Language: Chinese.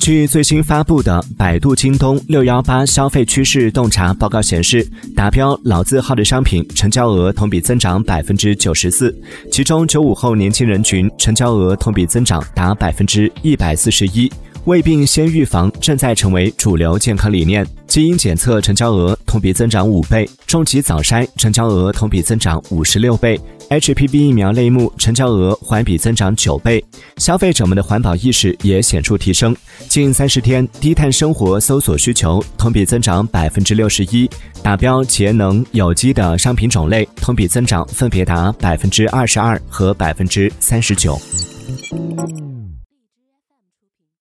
据最新发布的百度京东618消费趋势洞察报告显示，达标老字号的商品成交额同比增长94%，其中95后年轻人群成交额同比增长达141%。胃病先预防正在成为主流健康理念，基因检测成交额同比增长5倍，重疾早筛成交额同比增长56倍。HPV 疫苗类目成交额环比增长9倍，消费者们的环保意识也显著提升。近30天，低碳生活搜索需求同比增长61%，达标节能、有机的商品种类同比增长分别达22%和39%。